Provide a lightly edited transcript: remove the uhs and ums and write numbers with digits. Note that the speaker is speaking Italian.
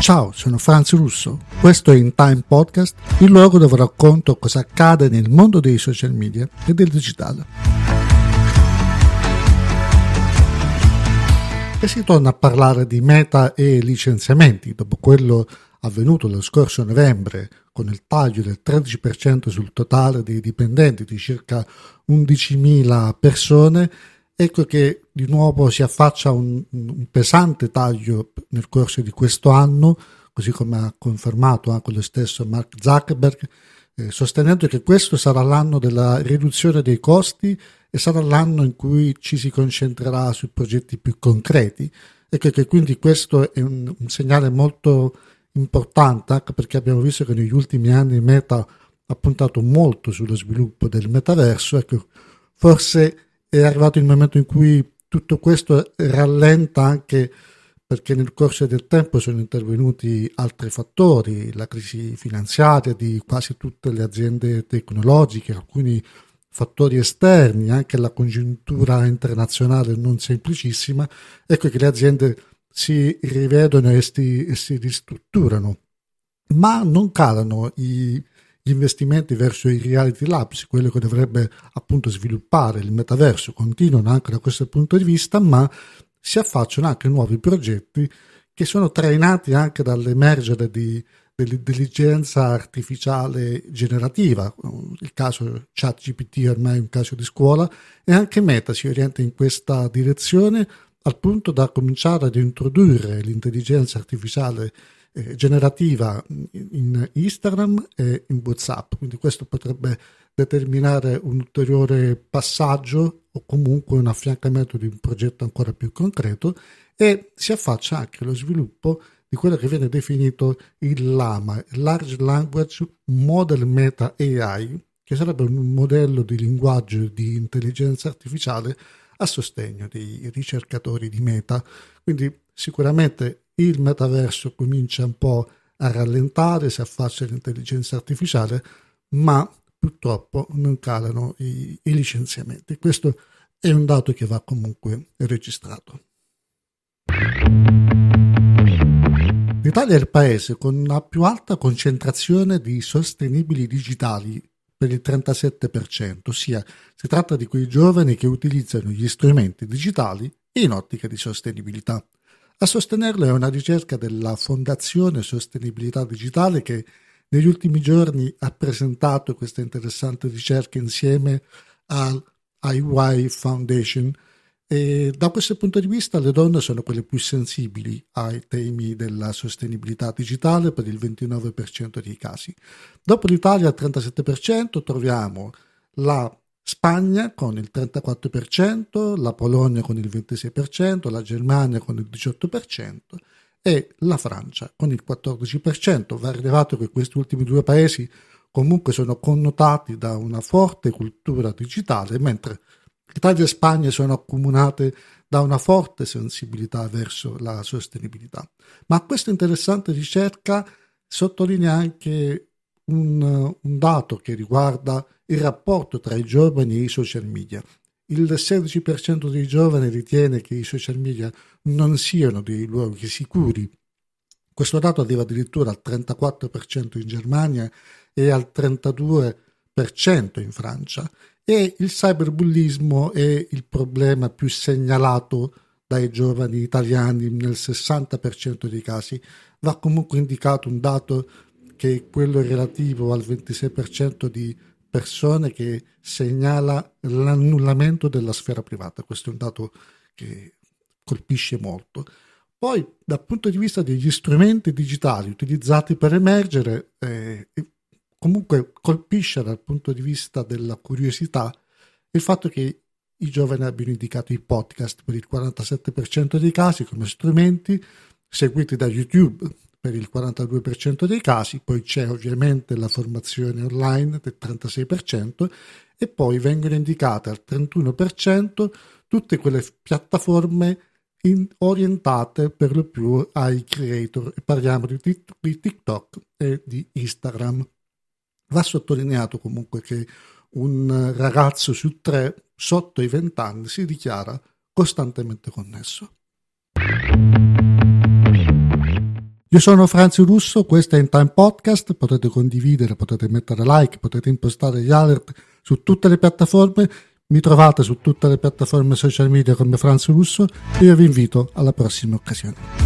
Ciao, sono Franz Russo. Questo è In Time Podcast, il luogo dove racconto cosa accade nel mondo dei social media e del digitale. E si torna a parlare di Meta e licenziamenti, dopo quello avvenuto lo scorso novembre, con il taglio del 13% sul totale dei dipendenti di circa 11.000 persone. Ecco che di nuovo si affaccia un pesante taglio nel corso di questo anno, così come ha confermato anche lo stesso Mark Zuckerberg, sostenendo che questo sarà l'anno della riduzione dei costi e sarà l'anno in cui ci si concentrerà su progetti più concreti. Ecco che quindi questo è un segnale molto importante, anche perché abbiamo visto che negli ultimi anni Meta ha puntato molto sullo sviluppo del metaverso. Ecco, forse è arrivato il momento in cui tutto questo rallenta, anche perché nel corso del tempo sono intervenuti altri fattori, la crisi finanziaria di quasi tutte le aziende tecnologiche, alcuni fattori esterni, anche la congiuntura internazionale non semplicissima. Ecco che le aziende si rivedono e si ristrutturano, ma non calano gli investimenti verso i reality labs, quello che dovrebbe appunto sviluppare il metaverso, continuano anche da questo punto di vista, ma si affacciano anche nuovi progetti che sono trainati anche dall'emergere dell'intelligenza artificiale generativa. Il caso ChatGPT ormai è un caso di scuola, e anche Meta si orienta in questa direzione, al punto da cominciare ad introdurre l'intelligenza artificiale generativa in Instagram e in WhatsApp. Quindi questo potrebbe determinare un ulteriore passaggio o comunque un affiancamento di un progetto ancora più concreto, e si affaccia anche lo sviluppo di quello che viene definito il LLaMA, Large Language Model Meta AI, che sarebbe un modello di linguaggio di intelligenza artificiale a sostegno dei ricercatori di Meta. Quindi sicuramente il metaverso comincia un po' a rallentare, si affaccia l'intelligenza artificiale, ma purtroppo non calano i licenziamenti. Questo è un dato che va comunque registrato. L'Italia è il paese con la più alta concentrazione di sostenibili digitali, per il 37%, ossia si tratta di quei giovani che utilizzano gli strumenti digitali in ottica di sostenibilità. A sostenerlo è una ricerca della Fondazione Sostenibilità Digitale, che negli ultimi giorni ha presentato questa interessante ricerca insieme all'IY Foundation, e da questo punto di vista le donne sono quelle più sensibili ai temi della sostenibilità digitale per il 29% dei casi. Dopo l'Italia al 37% troviamo la Spagna con il 34%, la Polonia con il 26%, la Germania con il 18% e la Francia con il 14%. Va rilevato che questi ultimi due paesi comunque sono connotati da una forte cultura digitale, mentre Italia e Spagna sono accomunate da una forte sensibilità verso la sostenibilità. Ma questa interessante ricerca sottolinea anche un dato che riguarda il rapporto tra i giovani e i social media. Il 16% dei giovani ritiene che i social media non siano dei luoghi sicuri. Questo dato arriva addirittura al 34% in Germania e al 32% in Francia. E il cyberbullismo è il problema più segnalato dai giovani italiani nel 60% dei casi. Va comunque indicato un dato che è quello relativo al 26% di persone che segnala l'annullamento della sfera privata. Questo è un dato che colpisce molto. Poi, dal punto di vista degli strumenti digitali utilizzati per emergere, comunque colpisce dal punto di vista della curiosità il fatto che i giovani abbiano indicato i podcast per il 47% dei casi come strumenti, seguiti da YouTube per il 42% dei casi. Poi c'è ovviamente la formazione online del 36%, e poi vengono indicate al 31% tutte quelle piattaforme orientate per lo più ai creator, e parliamo di TikTok e di Instagram. Va sottolineato comunque che un ragazzo su 3 sotto i 20 anni si dichiara costantemente connesso. Io sono Franz Russo, questo è In Time Podcast, potete condividere, potete mettere like, potete impostare gli alert su tutte le piattaforme, mi trovate su tutte le piattaforme social media come Franz Russo e io vi invito alla prossima occasione.